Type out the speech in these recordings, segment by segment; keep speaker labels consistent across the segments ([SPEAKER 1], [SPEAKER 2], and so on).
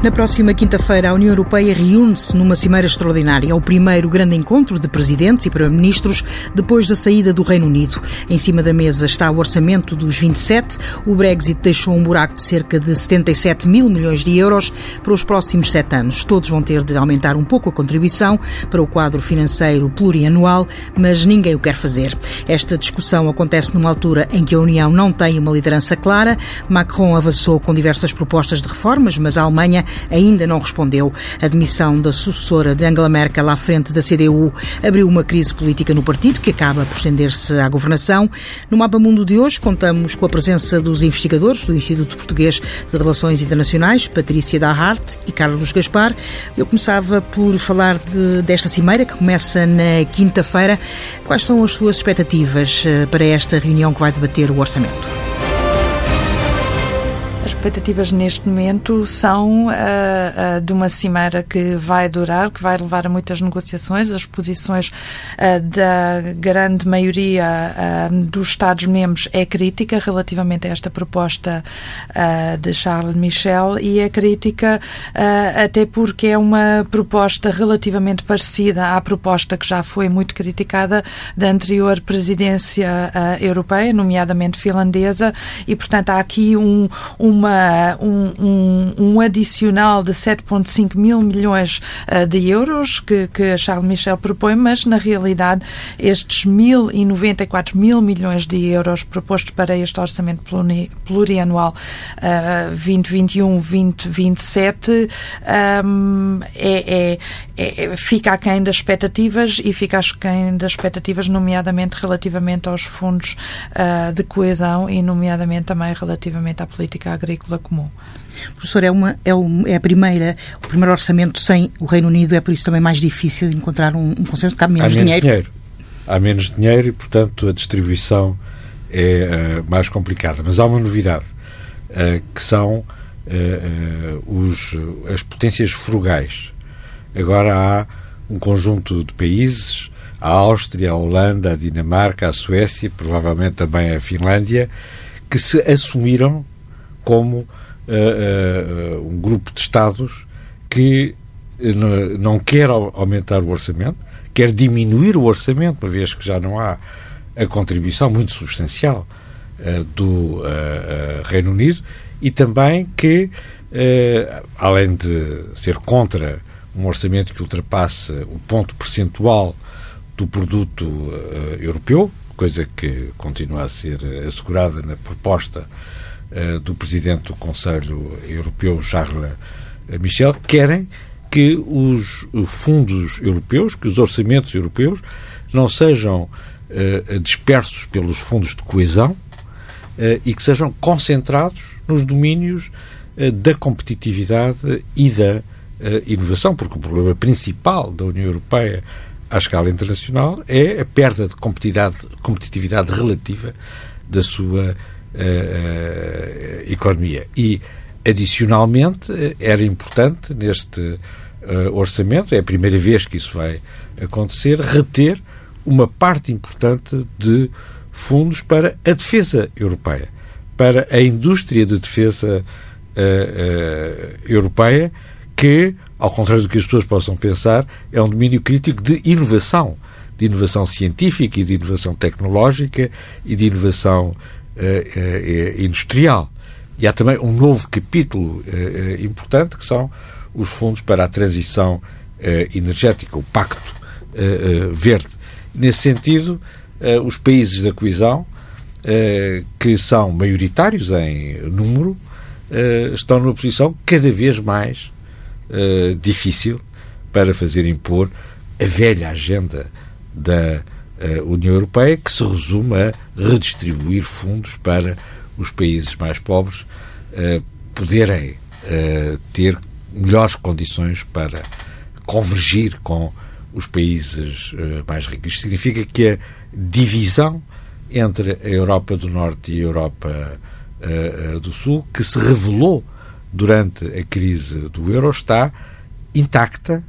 [SPEAKER 1] Na próxima quinta-feira, a União Europeia reúne-se numa cimeira extraordinária. É o primeiro grande encontro de presidentes e primeiro-ministros depois da saída do Reino Unido. Em cima da mesa está o orçamento dos 27. O Brexit deixou um buraco de cerca de 77 mil milhões de euros para os próximos 7 anos. Todos vão ter de aumentar um pouco a contribuição para o quadro financeiro plurianual, mas ninguém o quer fazer. Esta discussão acontece numa altura em que a União não tem uma liderança clara. Macron avançou com diversas propostas de reformas, mas a Alemanha ainda não respondeu. A demissão da sucessora de Angela Merkel à frente da CDU abriu uma crise política no partido que acaba por estender-se à governação. No Mapa Mundo de hoje contamos com a presença dos investigadores do Instituto Português de Relações Internacionais, Patrícia Dahart e Carlos Gaspar. Eu começava por falar desta cimeira que começa na quinta-feira. Quais são as suas expectativas para esta reunião que vai debater o orçamento?
[SPEAKER 2] As expectativas neste momento são de uma cimeira que vai durar, que vai levar a muitas negociações. As posições da grande maioria dos Estados-membros é crítica relativamente a esta proposta de Charles Michel, e é crítica até porque é uma proposta relativamente parecida à proposta que já foi muito criticada da anterior presidência europeia, nomeadamente finlandesa, e portanto há aqui um adicional de 7,5 mil milhões de euros que Charles Michel propõe, mas na realidade estes 1.094 mil milhões de euros propostos para este orçamento plurianual 2021-2027 fica aquém das expectativas, e fica aquém das expectativas nomeadamente relativamente aos fundos de coesão e nomeadamente também relativamente à política agrícola comum.
[SPEAKER 1] Professor, é o primeiro orçamento sem o Reino Unido, é por isso também mais difícil encontrar um consenso, porque há menos dinheiro.
[SPEAKER 3] Há menos dinheiro e, portanto, a distribuição é mais complicada. Mas há uma novidade, que são as potências frugais. Agora há um conjunto de países, a Áustria, a Holanda, a Dinamarca, a Suécia, provavelmente também a Finlândia, que se assumiram como um grupo de Estados que não quer aumentar o orçamento, quer diminuir o orçamento, uma vez que já não há a contribuição muito substancial do Reino Unido, e também que, além de ser contra um orçamento que ultrapasse o ponto percentual do produto europeu, coisa que continua a ser assegurada na proposta do Presidente do Conselho Europeu, Charles Michel, querem que os fundos europeus, que os orçamentos europeus não sejam dispersos pelos fundos de coesão e que sejam concentrados nos domínios da competitividade e da inovação, porque o problema principal da União Europeia à escala internacional é a perda de competitividade relativa da sua economia. E, adicionalmente, era importante neste orçamento, é a primeira vez que isso vai acontecer, reter uma parte importante de fundos para a defesa europeia, para a indústria de defesa europeia, que, ao contrário do que as pessoas possam pensar, é um domínio crítico de inovação científica e de inovação tecnológica e de inovação industrial. E há também um novo capítulo importante, que são os fundos para a transição energética, o Pacto Verde. Nesse sentido, os países da coesão, que são maioritários em número, estão numa posição cada vez mais difícil para fazer impor a velha agenda da União Europeia, que se resume a redistribuir fundos para os países mais pobres poderem ter melhores condições para convergir com os países mais ricos. Isto significa que a divisão entre a Europa do Norte e a Europa do Sul, que se revelou durante a crise do euro, está intacta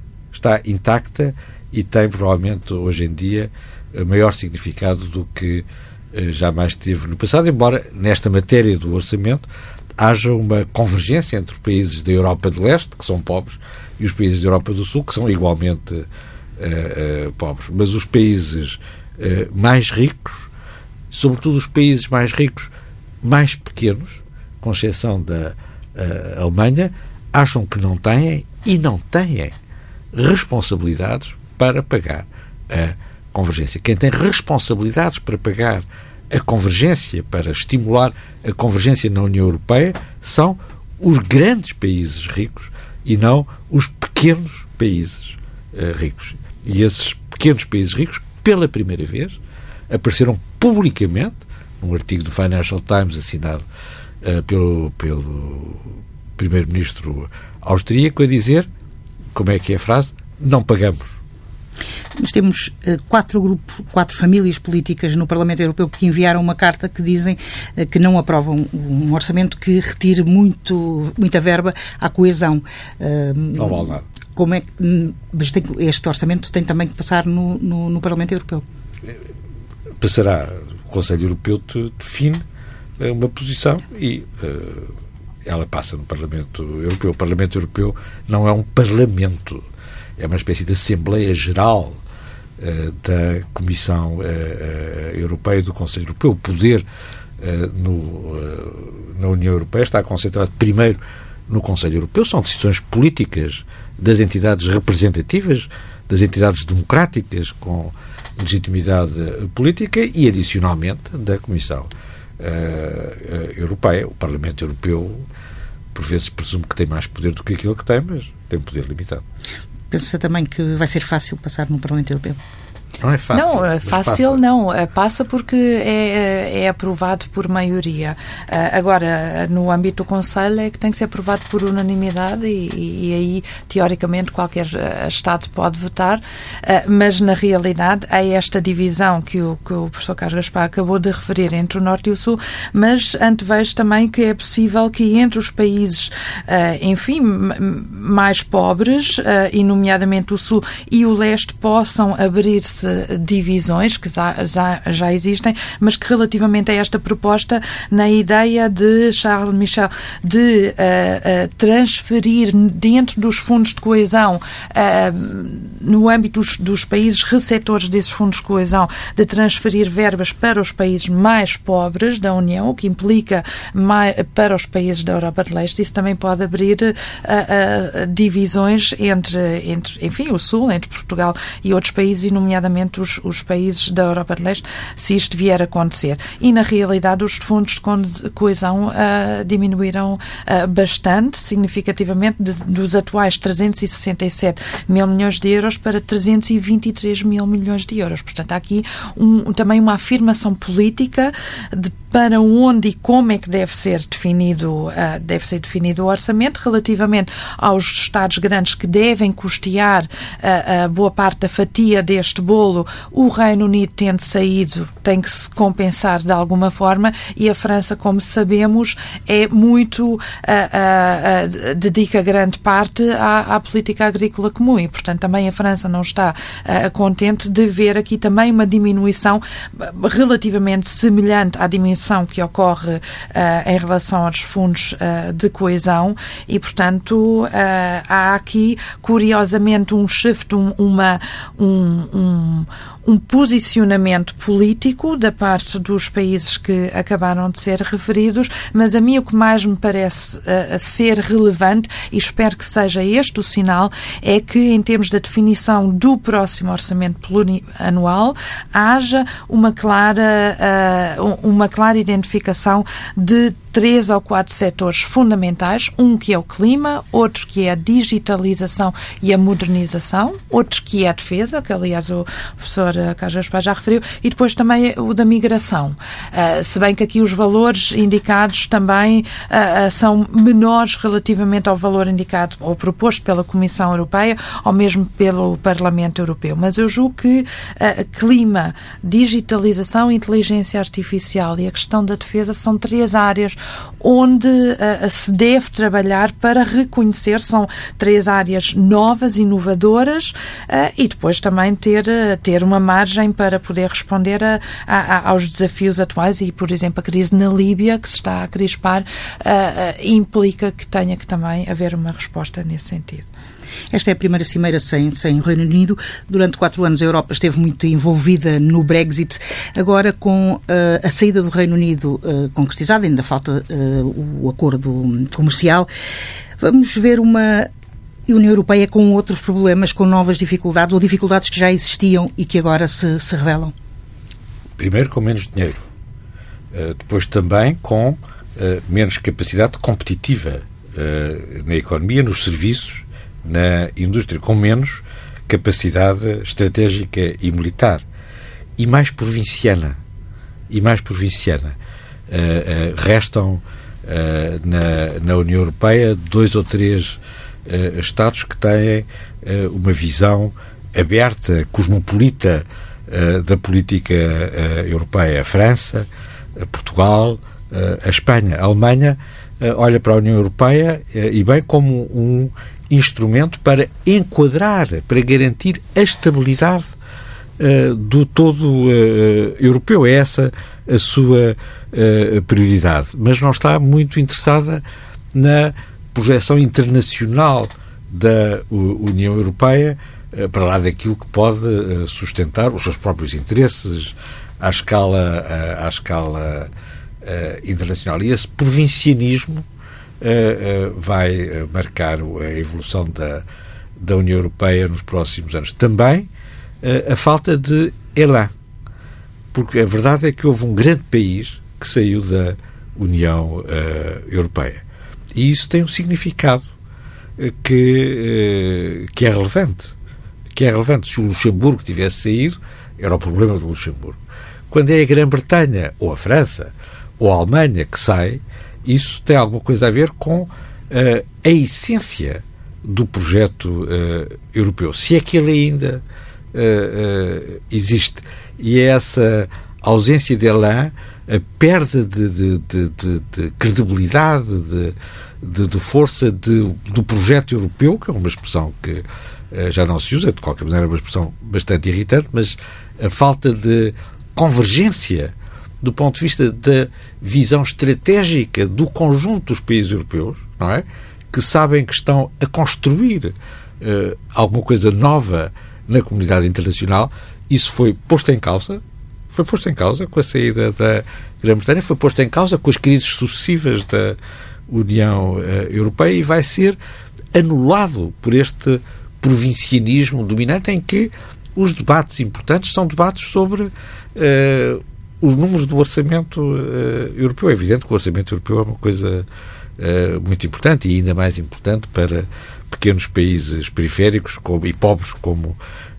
[SPEAKER 3] e tem provavelmente hoje em dia maior significado do que jamais teve no passado, embora nesta matéria do orçamento haja uma convergência entre os países da Europa de Leste, que são pobres, e os países da Europa do Sul, que são igualmente pobres. Mas os países mais ricos, sobretudo os países mais ricos, mais pequenos, com exceção da Alemanha, acham que não têm responsabilidades para pagar a convergência. Quem tem responsabilidades para pagar a convergência, para estimular a convergência na União Europeia, são os grandes países ricos e não os pequenos países ricos. E esses pequenos países ricos, pela primeira vez, apareceram publicamente num artigo do Financial Times assinado pelo primeiro-ministro austríaco a dizer, como é que é a frase? Não pagamos.
[SPEAKER 1] Nós temos quatro famílias políticas no Parlamento Europeu que enviaram uma carta que dizem que não aprovam um orçamento que retire muita verba à coesão.
[SPEAKER 3] Não vale nada.
[SPEAKER 1] Como é que, mas este orçamento tem também que passar no Parlamento Europeu?
[SPEAKER 3] Passará. O Conselho Europeu define uma posição e ela passa no Parlamento Europeu. O Parlamento Europeu não é um parlamento, é uma espécie de Assembleia Geral da Comissão Europeia e do Conselho Europeu. O poder na União Europeia está concentrado primeiro no Conselho Europeu. São decisões políticas das entidades representativas, das entidades democráticas com legitimidade política e, adicionalmente, da Comissão Europeia. O Parlamento Europeu, por vezes, presume que tem mais poder do que aquilo que tem, mas tem um poder limitado.
[SPEAKER 1] Pensa também que vai ser fácil passar no Parlamento Europeu?
[SPEAKER 3] Não é fácil.
[SPEAKER 2] Não, fácil não. Passa porque é aprovado por maioria. Agora, no âmbito do Conselho é que tem que ser aprovado por unanimidade e aí, teoricamente, qualquer Estado pode votar, mas, na realidade, há esta divisão que o professor Carlos Gaspar acabou de referir entre o Norte e o Sul, mas antevejo também que é possível que entre os países, enfim, mais pobres, e nomeadamente o Sul e o Leste, possam abrir-se divisões que já existem, mas que relativamente a esta proposta, na ideia de Charles Michel de transferir dentro dos fundos de coesão, no âmbito dos países receptores desses fundos de coesão, de transferir verbas para os países mais pobres da União, o que implica para os países da Europa de Leste. Isso também pode abrir divisões entre, enfim, o Sul, entre Portugal e outros países, e nomeadamente os países da Europa de Leste, se isto vier a acontecer. E, na realidade, os fundos de coesão diminuíram bastante, significativamente, dos atuais 367 mil milhões de euros para 323 mil milhões de euros. Portanto, há aqui também uma afirmação política de para onde e como é que deve ser definido o orçamento, relativamente aos Estados grandes que devem custear a boa parte da fatia deste bolo. O Reino Unido, tendo saído, tem que se compensar de alguma forma, e a França, como sabemos, dedica grande parte à política agrícola comum, e, portanto, também a França não está contente de ver aqui também uma diminuição relativamente semelhante à diminuição que ocorre em relação aos fundos de coesão, e, portanto, há aqui, curiosamente, um shift, um posicionamento político da parte dos países que acabaram de ser referidos, mas a mim o que mais me parece ser relevante, e espero que seja este o sinal, é que, em termos da definição do próximo orçamento plurianual, haja uma clara identificação de 3 ou 4 setores fundamentais, um que é o clima, outro que é a digitalização e a modernização, outro que é a defesa, que aliás o professor Carlos Gaspar já referiu, e depois também o da migração. Se bem que aqui os valores indicados também são menores relativamente ao valor indicado ou proposto pela Comissão Europeia ou mesmo pelo Parlamento Europeu. Mas eu julgo que clima, digitalização, inteligência artificial e a questão da defesa são 3 áreas onde se deve trabalhar para reconhecer, são 3 áreas novas, inovadoras, e depois também ter uma margem para poder responder aos desafios atuais e, por exemplo, a crise na Líbia, que se está a crispar, implica que tenha que também haver uma resposta nesse sentido.
[SPEAKER 1] Esta é a primeira cimeira sem Reino Unido. Durante 4 anos a Europa esteve muito envolvida no Brexit. Agora, com a saída do Reino Unido concretizada, ainda falta o acordo comercial, vamos ver uma União Europeia com outros problemas, com novas dificuldades ou dificuldades que já existiam e que agora se revelam?
[SPEAKER 3] Primeiro com menos dinheiro. Depois também com menos capacidade competitiva na economia, nos serviços, na indústria, com menos capacidade estratégica e militar. E mais provinciana. Restam na União Europeia 2 ou 3 Estados que têm uma visão aberta, cosmopolita da política europeia. A França, a Portugal, a Espanha. A Alemanha olha para a União Europeia e bem como um instrumento para enquadrar, para garantir a estabilidade do todo europeu. É essa a sua prioridade. Mas não está muito interessada na projeção internacional da União Europeia, para lá daquilo que pode sustentar os seus próprios interesses à escala internacional. E esse provincianismo vai marcar a evolução da União Europeia nos próximos anos. Também a falta de elan, porque a verdade é que houve um grande país que saiu da União Europeia. E isso tem um significado que é relevante. Se o Luxemburgo tivesse saído, era o problema do Luxemburgo. Quando é a Grã-Bretanha, ou a França, ou a Alemanha que sai, isso tem alguma coisa a ver com a essência do projeto europeu, se é que ele ainda existe. E é essa ausência de elan, a perda de credibilidade, de força do projeto europeu, que é uma expressão que já não se usa, de qualquer maneira é uma expressão bastante irritante, mas a falta de convergência do ponto de vista da visão estratégica do conjunto dos países europeus, não é? Que sabem que estão a construir alguma coisa nova na comunidade internacional. Isso foi posto em causa com a saída da Grã-Bretanha, foi posto em causa com as crises sucessivas da União Europeia e vai ser anulado por este provincianismo dominante em que os debates importantes são debates sobre os números do orçamento europeu. É evidente que o orçamento europeu é uma coisa muito importante e ainda mais importante para pequenos países periféricos e pobres como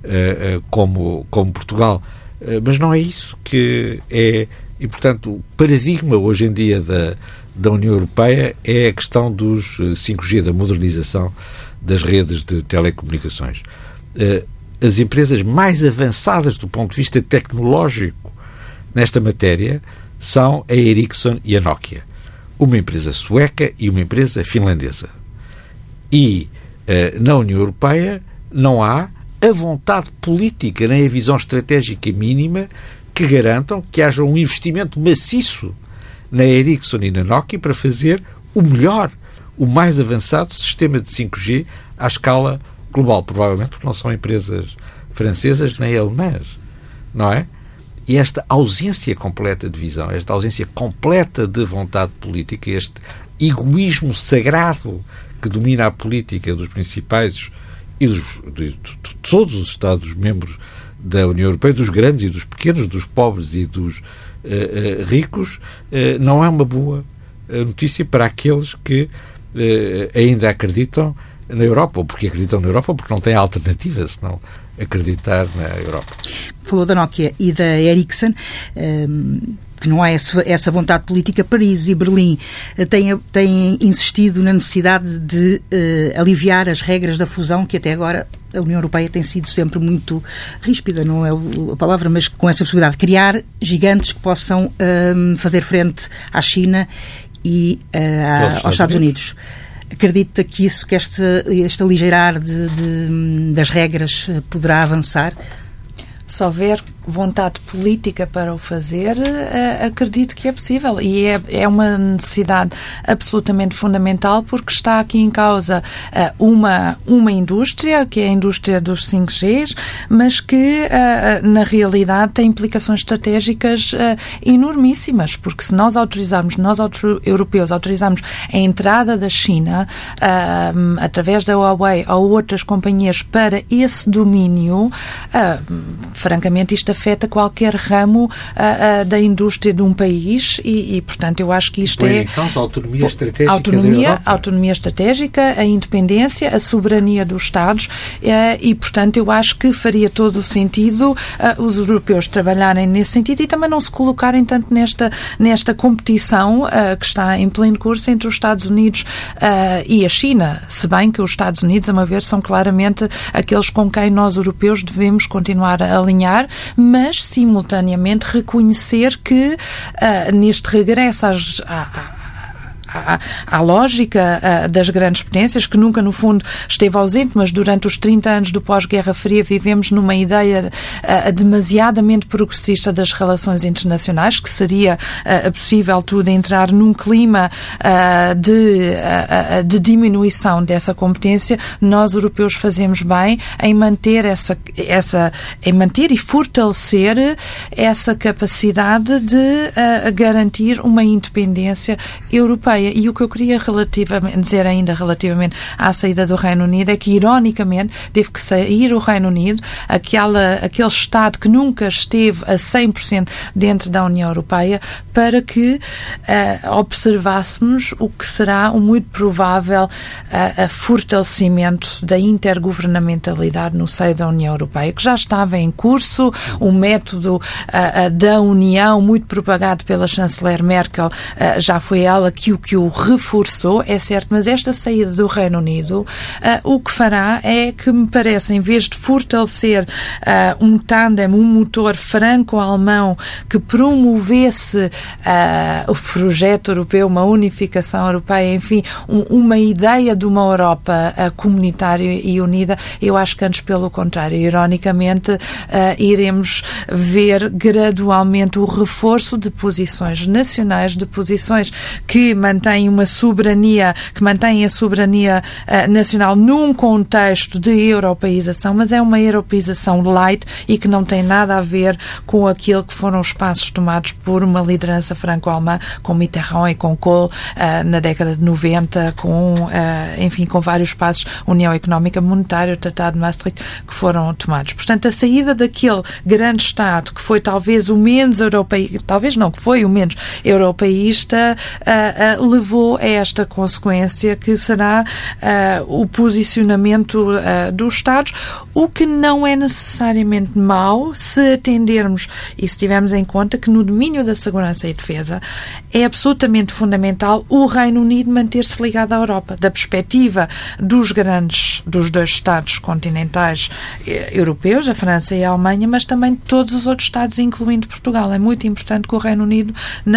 [SPEAKER 3] Portugal. Mas não é isso que é importante. O paradigma hoje em dia da União Europeia é a questão dos 5G, da modernização das redes de telecomunicações. As empresas mais avançadas do ponto de vista tecnológico nesta matéria são a Ericsson e a Nokia. Uma empresa sueca e uma empresa finlandesa. E na União Europeia não há a vontade política nem a visão estratégica mínima que garantam que haja um investimento maciço na Ericsson e na Nokia para fazer o melhor, o mais avançado sistema de 5G à escala global. Provavelmente porque não são empresas francesas nem alemãs, não é? E esta ausência completa de visão, esta ausência completa de vontade política, este egoísmo sagrado que domina a política dos principais e de todos os Estados-membros da União Europeia, dos grandes e dos pequenos, dos pobres e dos ricos, não é uma boa notícia para aqueles que ainda acreditam na Europa, ou porque acreditam na Europa, ou porque não têm alternativa senão acreditar na Europa.
[SPEAKER 1] Falou da Nokia e da Ericsson, que não há essa vontade política. Paris e Berlim têm insistido na necessidade de aliviar as regras da fusão, que até agora a União Europeia tem sido sempre muito ríspida, não é a palavra, mas com essa possibilidade de criar gigantes que possam fazer frente à China e aos Estados Unidos. Acredita que este aligeirar das regras poderá avançar?
[SPEAKER 2] Se houver vontade política para o fazer, acredito que é possível. E é uma necessidade absolutamente fundamental, porque está aqui em causa uma indústria, que é a indústria dos 5Gs, mas que, na realidade, tem implicações estratégicas enormíssimas, porque se nós europeus autorizarmos a entrada da China através da Huawei ou outras companhias para esse domínio, francamente, isto afeta qualquer ramo da indústria de um país e, portanto, eu acho que isto é...
[SPEAKER 3] Então, a autonomia estratégica
[SPEAKER 2] autonomia estratégica, a independência, a soberania dos Estados e, portanto, eu acho que faria todo o sentido os europeus trabalharem nesse sentido e também não se colocarem tanto nesta competição que está em pleno curso entre os Estados Unidos e a China, se bem que os Estados Unidos, a meu ver, são claramente aqueles com quem nós, europeus, devemos continuar a alinhar, mas, simultaneamente, reconhecer que neste regresso à lógica das grandes potências, que nunca, no fundo, esteve ausente, mas durante os 30 anos do pós-Guerra Fria vivemos numa ideia demasiadamente progressista das relações internacionais, que seria possível tudo entrar num clima de diminuição dessa competência. Nós, europeus, fazemos bem em manter em manter e fortalecer essa capacidade de garantir uma independência europeia. E o que eu queria dizer ainda relativamente à saída do Reino Unido é que, ironicamente, teve que sair o Reino Unido, aquele Estado que nunca esteve a 100% dentro da União Europeia, para que observássemos o que será um muito provável fortalecimento da intergovernamentalidade no seio da União Europeia, que já estava em curso. O método da União, muito propagado pela chanceler Merkel, já foi ela que o reforçou, é certo, mas esta saída do Reino Unido o que fará é que, me parece, em vez de fortalecer um tandem, um motor franco-alemão que promovesse o projeto europeu, uma unificação europeia, enfim, uma ideia de uma Europa comunitária e unida, eu acho que antes, pelo contrário, ironicamente, iremos ver gradualmente o reforço de posições nacionais, de posições que mantêm a soberania nacional num contexto de europeização, mas é uma europeização light e que não tem nada a ver com aquilo que foram os passos tomados por uma liderança franco-alemã, com Mitterrand e com Kohl na década de 90, com vários passos, União Económica Monetária, o Tratado de Maastricht, que foram tomados. Portanto, a saída daquele grande Estado que foi talvez o menos europeísta, que foi o menos europeísta, levou a esta consequência que será o posicionamento dos Estados, o que não é necessariamente mau se atendermos e se tivermos em conta que no domínio da segurança e defesa é absolutamente fundamental o Reino Unido manter-se ligado à Europa, da perspectiva dos dois Estados continentais europeus, a França e a Alemanha, mas também de todos os outros Estados, incluindo Portugal. É muito importante que o Reino Unido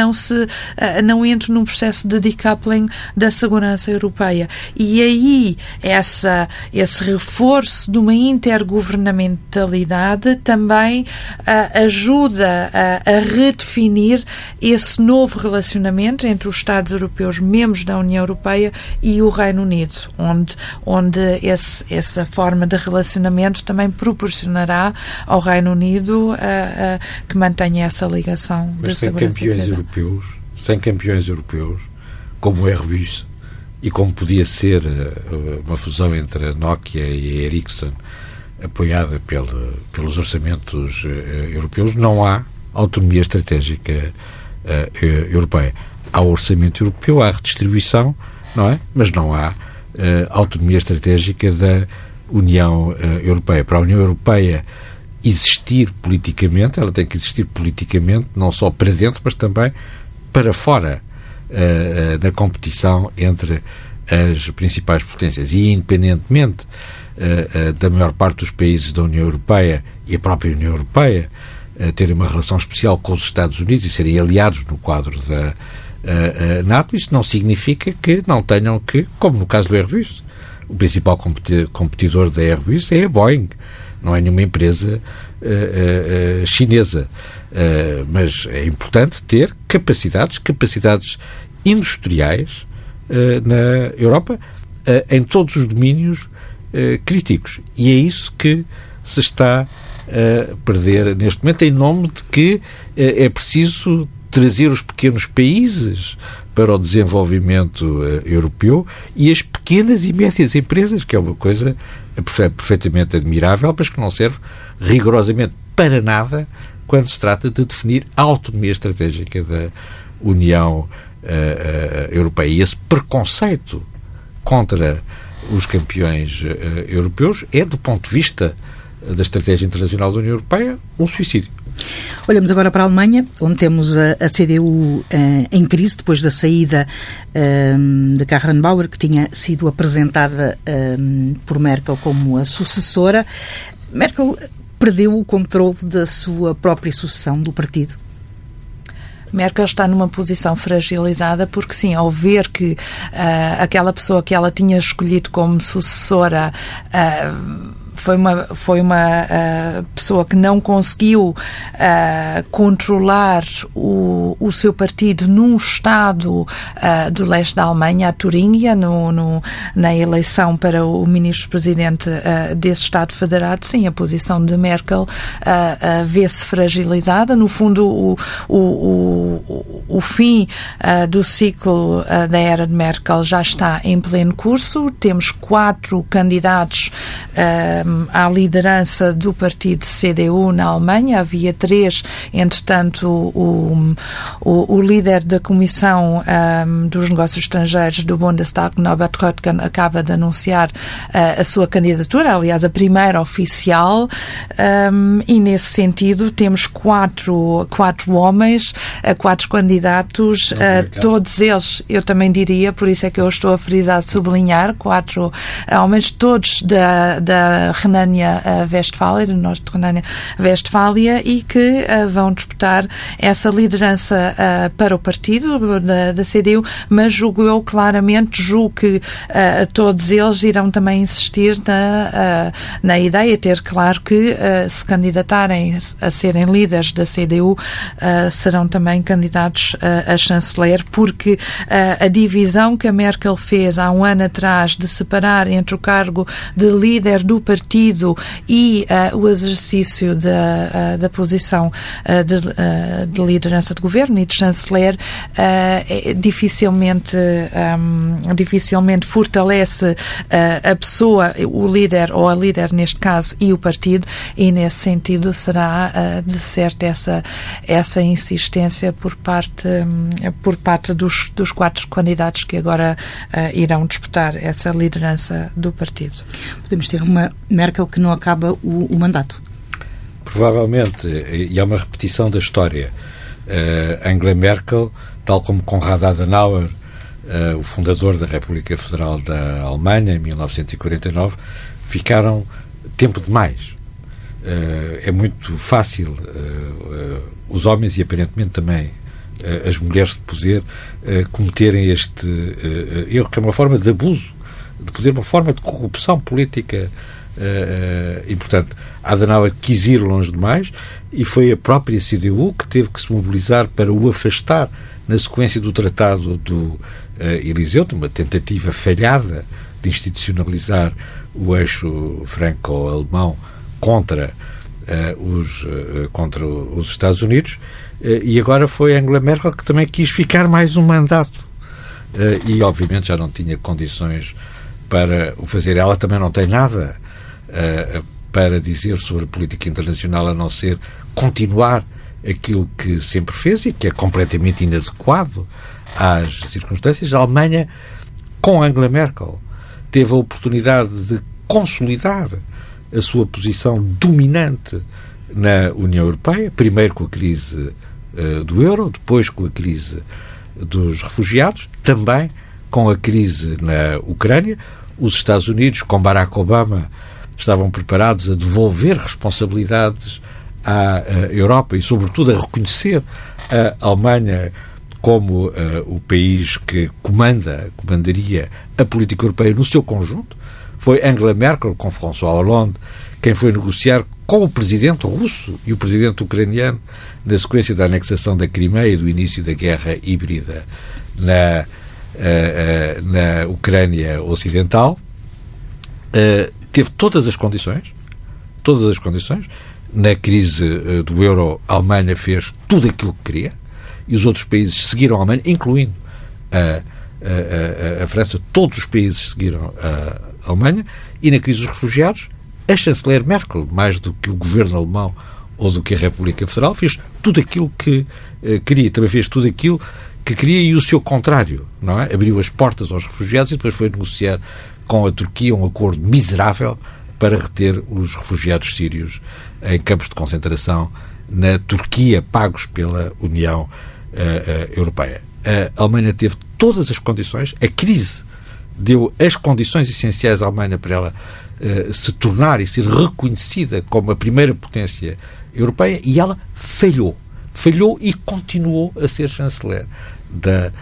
[SPEAKER 2] não entre num processo de decoupling da segurança europeia. E aí esse reforço de uma intergovernamentalidade também ajuda a redefinir esse novo relacionamento entre os Estados europeus, membros da União Europeia, e o Reino Unido, onde essa forma de relacionamento também proporcionará ao Reino Unido que mantenha essa ligação de segurança e defesa.
[SPEAKER 3] Sem campeões europeus, como o Airbus, e como podia ser uma fusão entre a Nokia e a Ericsson, apoiada pelos orçamentos europeus, não há autonomia estratégica europeia. Há orçamento europeu, há redistribuição, não é? Mas não há autonomia estratégica da União Europeia. Para a União Europeia existir politicamente, ela tem que existir politicamente, não só para dentro, mas também para fora da competição entre as principais potências. E, independentemente da maior parte dos países da União Europeia e a própria União Europeia terem uma relação especial com os Estados Unidos e serem aliados no quadro da NATO, isso não significa que não tenham que, como no caso do Airbus, o principal competidor da Airbus é a Boeing, não é nenhuma empresa chinesa. Mas é importante ter capacidades industriais na Europa em todos os domínios críticos. E é isso que se está a perder neste momento, em nome de que é preciso trazer os pequenos países para o desenvolvimento europeu e as pequenas e médias empresas, que é uma coisa perfeitamente admirável, mas que não serve rigorosamente para nada quando se trata de definir a autonomia estratégica da União Europeia. E esse preconceito contra os campeões europeus é, do ponto de vista da estratégia internacional da União Europeia, um suicídio.
[SPEAKER 1] Olhamos agora para a Alemanha, onde temos a CDU em crise depois da saída de Kramp-Karrenbauer, que tinha sido apresentada por Merkel como a sucessora. Merkel perdeu o controle da sua própria sucessão do partido.
[SPEAKER 2] Merkel está numa posição fragilizada porque, sim, ao ver que aquela pessoa que ela tinha escolhido como sucessora foi uma pessoa que não conseguiu controlar o seu partido num estado do leste da Alemanha, a Turingia, na eleição para o ministro-presidente desse estado federado. Sim, a posição de Merkel vê-se fragilizada. No fundo, o fim do ciclo da era de Merkel já está em pleno curso. Temos 4 candidatos à liderança do partido CDU na Alemanha. Havia 3, entretanto, o líder da Comissão dos Negócios Estrangeiros do Bundestag, Norbert Röttgen, acaba de anunciar a sua candidatura, aliás, a primeira oficial, e nesse sentido temos 4 homens, 4 candidatos, todos eles, eu também diria, por isso é que eu estou a frisar, sublinhar, 4 homens, todos da Renânia-Westfália, do norte de Renânia-Westfália, e que vão disputar essa liderança para o partido da CDU, mas julgo que todos eles irão também insistir na ideia, ter claro que se candidatarem a serem líderes da CDU, serão também candidatos a chanceler, porque a divisão que a Merkel fez há um ano atrás de separar entre o cargo de líder do partido e o exercício da posição de liderança de governo e de chanceler dificilmente fortalece a pessoa, o líder ou a líder neste caso, e o partido, e nesse sentido será de certo essa insistência por parte dos 4 candidatos que agora irão disputar essa liderança do partido.
[SPEAKER 1] Podemos ter uma Merkel que não acaba o mandato?
[SPEAKER 3] Provavelmente, e é uma repetição da história. Angela Merkel, tal como Konrad Adenauer, o fundador da República Federal da Alemanha, em 1949, ficaram tempo demais. É muito fácil os homens e aparentemente também as mulheres de poder cometerem este erro, que é uma forma de abuso de poder, uma forma de corrupção política importante. Adenauer quis ir longe demais e foi a própria CDU que teve que se mobilizar para o afastar na sequência do Tratado do Eliseu, de uma tentativa falhada de institucionalizar o eixo franco-alemão contra os Estados Unidos, e agora foi Angela Merkel que também quis ficar mais um mandato e obviamente já não tinha condições para o fazer. Ela também não tem nada para dizer sobre política internacional, a não ser continuar aquilo que sempre fez e que é completamente inadequado às circunstâncias. A Alemanha, com Angela Merkel, teve a oportunidade de consolidar a sua posição dominante na União Europeia, primeiro com a crise do euro, depois com a crise dos refugiados, também com a crise na Ucrânia. Os Estados Unidos, com Barack Obama, estavam preparados a devolver responsabilidades à Europa e, sobretudo, a reconhecer a Alemanha como o país que comandaria a política europeia no seu conjunto. Foi Angela Merkel, com François Hollande, quem foi negociar com o presidente russo e o presidente ucraniano na sequência da anexação da Crimeia e do início da guerra híbrida na Ucrânia Ocidental, teve todas as condições. Na crise do euro, a Alemanha fez tudo aquilo que queria e os outros países seguiram a Alemanha, incluindo a França. Todos os países seguiram a Alemanha. E na crise dos refugiados, a chanceler Merkel, mais do que o governo alemão ou do que a República Federal, fez tudo aquilo que queria. Também fez tudo aquilo que queria e o seu contrário, não é? Abriu as portas aos refugiados e depois foi negociar com a Turquia um acordo miserável para reter os refugiados sírios em campos de concentração na Turquia, pagos pela União Europeia. A Alemanha teve todas as condições, a crise deu as condições essenciais à Alemanha para ela se tornar e ser reconhecida como a primeira potência europeia, e ela falhou e continuou a ser chanceler da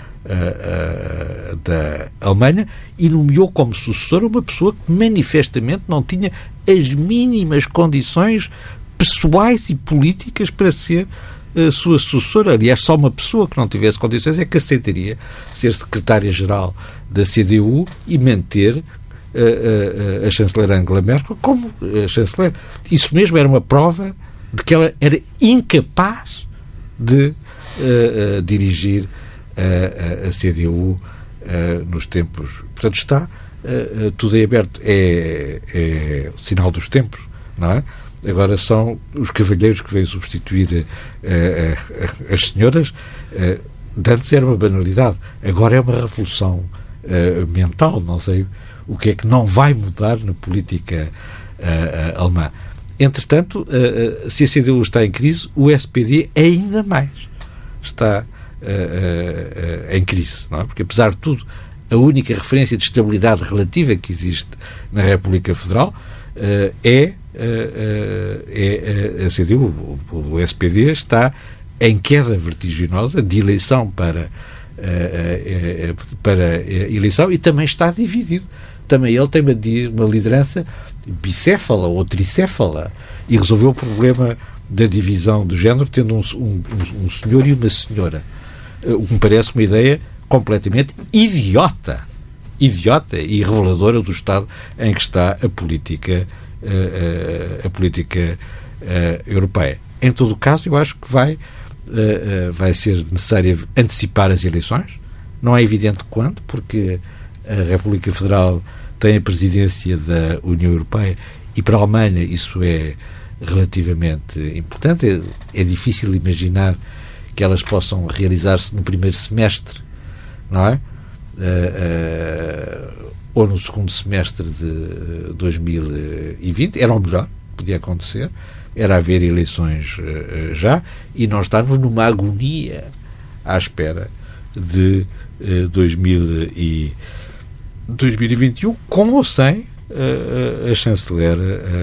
[SPEAKER 3] Alemanha e nomeou como sucessora uma pessoa que manifestamente não tinha as mínimas condições pessoais e políticas para ser sua sucessora. Aliás, só uma pessoa que não tivesse condições é que aceitaria ser secretária-geral da CDU e manter a chanceler Angela Merkel como chanceler. Isso mesmo era uma prova de que ela era incapaz de dirigir a CDU nos tempos. Portanto, está tudo em aberto. É o sinal dos tempos, não é? Agora são os cavalheiros que vêm substituir as senhoras. De antes era uma banalidade, agora é uma revolução mental. Não sei o que é que não vai mudar na política alemã. Entretanto, se a CDU está em crise, o SPD ainda mais está em crise, não é? Porque, apesar de tudo, a única referência de estabilidade relativa que existe na República Federal é a CDU. O SPD está em queda vertiginosa de eleição para eleição, e também está dividido. Também ele tem uma liderança bicéfala ou tricéfala, e resolveu o problema da divisão do género tendo um senhor e uma senhora. O que me parece uma ideia completamente idiota e reveladora do estado em que está a política europeia. Em todo o caso, eu acho que vai ser necessário antecipar as eleições. Não é evidente quando, porque a República Federal tem a presidência da União Europeia e para a Alemanha isso é relativamente importante. É difícil imaginar que elas possam realizar-se no primeiro semestre, não é? Ou no segundo semestre de 2020. Era o melhor, podia acontecer. Era haver eleições já, e nós estávamos numa agonia à espera de 2021, com ou sem a chanceler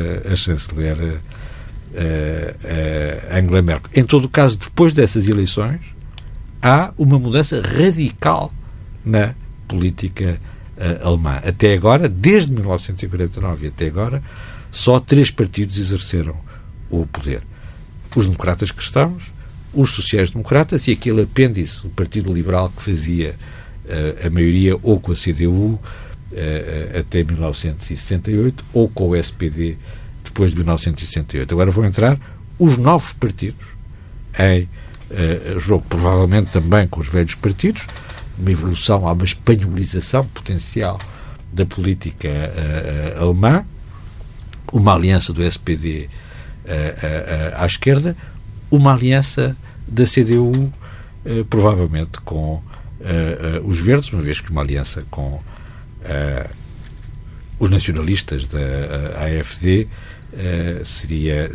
[SPEAKER 3] Angela Merkel. Em todo o caso, depois dessas eleições, há uma mudança radical na política alemã. Até agora, desde 1949 até agora, só 3 partidos exerceram o poder. Os democratas cristãos, os sociais-democratas e aquele apêndice, o Partido Liberal, que fazia a maioria ou com a CDU até 1968 ou com o SPD depois de 1968. Agora vão entrar os novos partidos em jogo, provavelmente também com os velhos partidos, uma evolução, há uma espanholização potencial da política alemã, uma aliança do SPD à esquerda, uma aliança da CDU provavelmente com os verdes, uma vez que uma aliança com os nacionalistas da AfD seria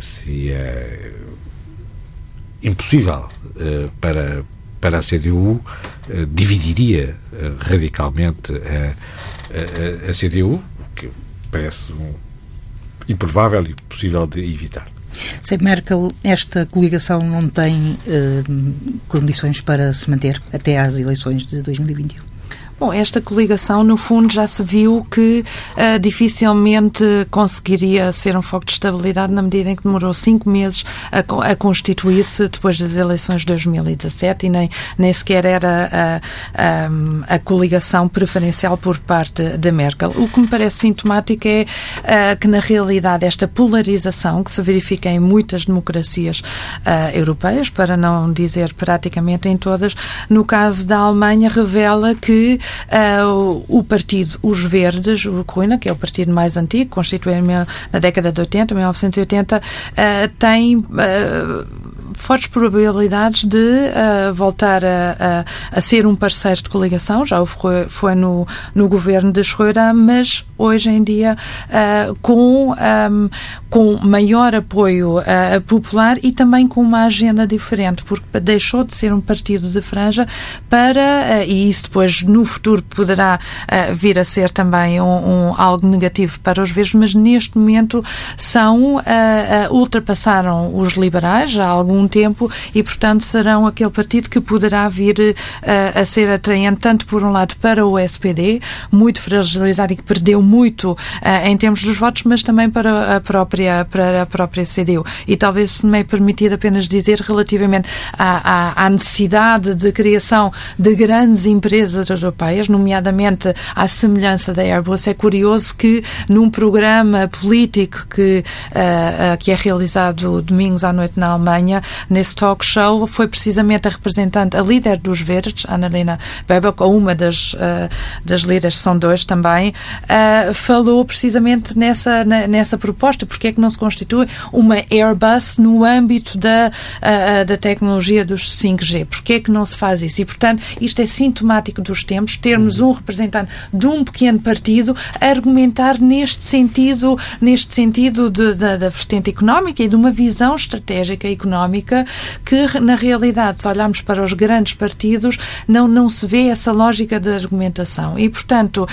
[SPEAKER 3] impossível para a CDU, dividiria radicalmente a CDU, que parece improvável e possível de evitar.
[SPEAKER 1] Sem Merkel, esta coligação não tem condições para se manter até às eleições de 2021?
[SPEAKER 2] Bom, esta coligação, no fundo, já se viu que dificilmente conseguiria ser um foco de estabilidade na medida em que demorou 5 meses a constituir-se depois das eleições de 2017 e nem sequer era a coligação preferencial por parte de Merkel. O que me parece sintomático é que, na realidade, esta polarização que se verifica em muitas democracias europeias, para não dizer praticamente em todas, no caso da Alemanha, revela que o partido Os Verdes, o Grüne, que é o partido mais antigo, constituído na década de 80, 1980, tem fortes probabilidades de voltar a ser um parceiro de coligação, já foi no governo de Schröder, mas hoje em dia com maior apoio popular e também com uma agenda diferente, porque deixou de ser um partido de franja e isso depois no futuro poderá vir a ser também algo negativo para os verdes, mas neste momento ultrapassaram os liberais já há algum tempo e, portanto, serão aquele partido que poderá vir a ser atraente tanto por um lado para o SPD, muito fragilizado e que perdeu muito em termos dos votos, mas também para a própria CDU. E talvez, se me é permitido apenas dizer relativamente à necessidade de criação de grandes empresas europeias, nomeadamente à semelhança da Airbus, é curioso que num programa político que é realizado domingos à noite na Alemanha, nesse talk show, foi precisamente a representante, a líder dos Verdes, Annalena Baerbock, ou uma das líderes, são 2 também, falou precisamente nessa proposta, porque é que não se constitui uma Airbus no âmbito da tecnologia dos 5G, porque é que não se faz isso? E, portanto, isto é sintomático dos tempos, termos um representante de um pequeno partido a argumentar neste sentido da vertente económica e de uma visão estratégica económica que, na realidade, se olharmos para os grandes partidos, não se vê essa lógica de argumentação. E, portanto,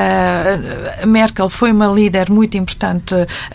[SPEAKER 2] Merkel foi uma líder muito importante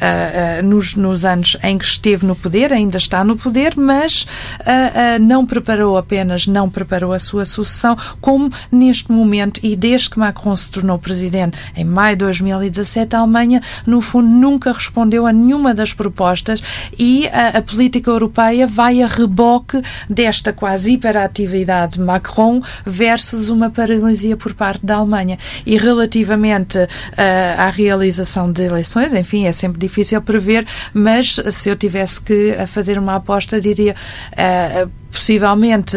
[SPEAKER 2] nos anos em que esteve no poder, ainda está no poder, mas não preparou a sua sucessão, como neste momento, e desde que Macron se tornou presidente em maio de 2017, a Alemanha, no fundo, nunca respondeu a nenhuma das propostas e a política europeia vai a reboque desta quase hiperatividade de Macron versus uma paralisia por parte da Alemanha. E relativamente à realização de eleições, enfim, é sempre difícil prever, mas se eu tivesse que fazer uma aposta, diria possivelmente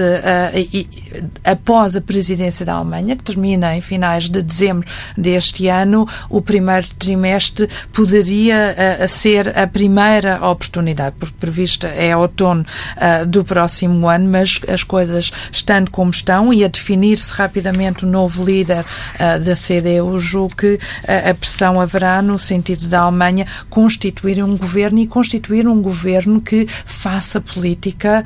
[SPEAKER 2] após a presidência da Alemanha, que termina em finais de dezembro deste ano, o primeiro trimestre poderia ser a primeira oportunidade, porque previsto é outono do próximo ano, mas as coisas estando como estão e a definir-se rapidamente o novo líder da CDU, julgo que a pressão haverá no sentido da Alemanha constituir um governo que faça política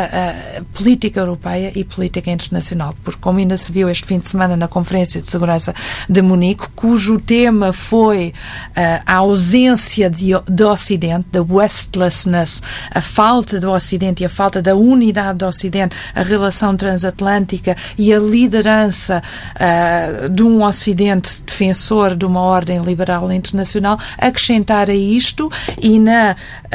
[SPEAKER 2] europeia e política internacional, porque como ainda se viu este fim de semana na Conferência de Segurança de Munique, cujo tema foi a ausência de Ocidente, da Westlessness, a falta do Ocidente e a falta da unidade do Ocidente, a relação transatlântica e a liderança de um Ocidente defensor de uma ordem liberal internacional, acrescentar a isto e na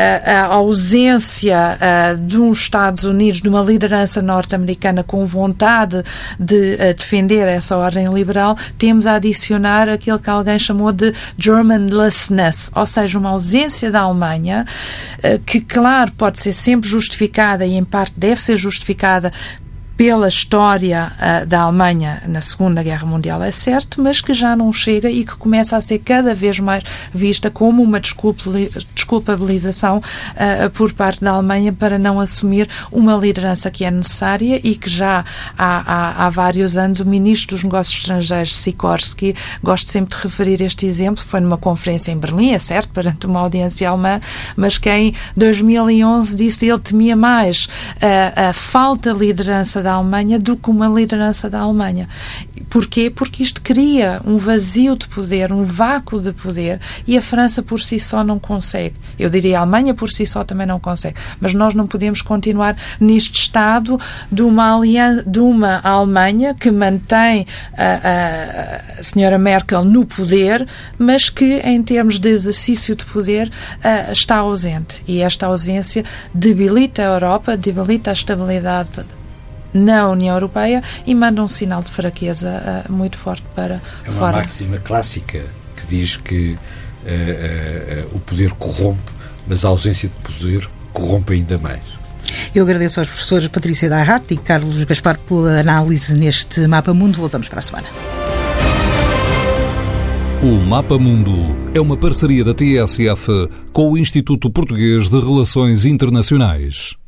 [SPEAKER 2] ausência de uns Estados Unidos, de uma liderança norte-americana com vontade de defender essa ordem liberal, temos a adicionar aquilo que alguém chamou de Germanlessness, ou seja, uma ausência da Alemanha que, claro, pode ser sempre justificada e, em parte, deve ser justificada pela história da Alemanha na Segunda Guerra Mundial, é certo, mas que já não chega e que começa a ser cada vez mais vista como uma desculpabilização por parte da Alemanha para não assumir uma liderança que é necessária e que já há vários anos o Ministro dos Negócios Estrangeiros, Sikorski, gosto sempre de referir este exemplo, foi numa conferência em Berlim, é certo, perante uma audiência alemã, mas que em 2011 disse que ele temia mais a falta de liderança da Alemanha do que uma liderança da Alemanha. Porquê? Porque isto cria um vazio de poder, um vácuo de poder, e a França por si só não consegue. Eu diria a Alemanha por si só também não consegue. Mas nós não podemos continuar neste estado de uma Alemanha que mantém a senhora Merkel no poder, mas que em termos de exercício de poder está ausente. E esta ausência debilita a Europa, debilita a estabilidade na União Europeia e manda um sinal de fraqueza muito forte para fora.
[SPEAKER 3] É uma máxima clássica que diz que o poder corrompe, mas a ausência de poder corrompe ainda mais.
[SPEAKER 1] Eu agradeço aos professores Patrícia Dayhart e Carlos Gaspar pela análise neste Mapa Mundo. Voltamos para a semana.
[SPEAKER 4] O Mapa Mundo é uma parceria da TSF com o Instituto Português de Relações Internacionais.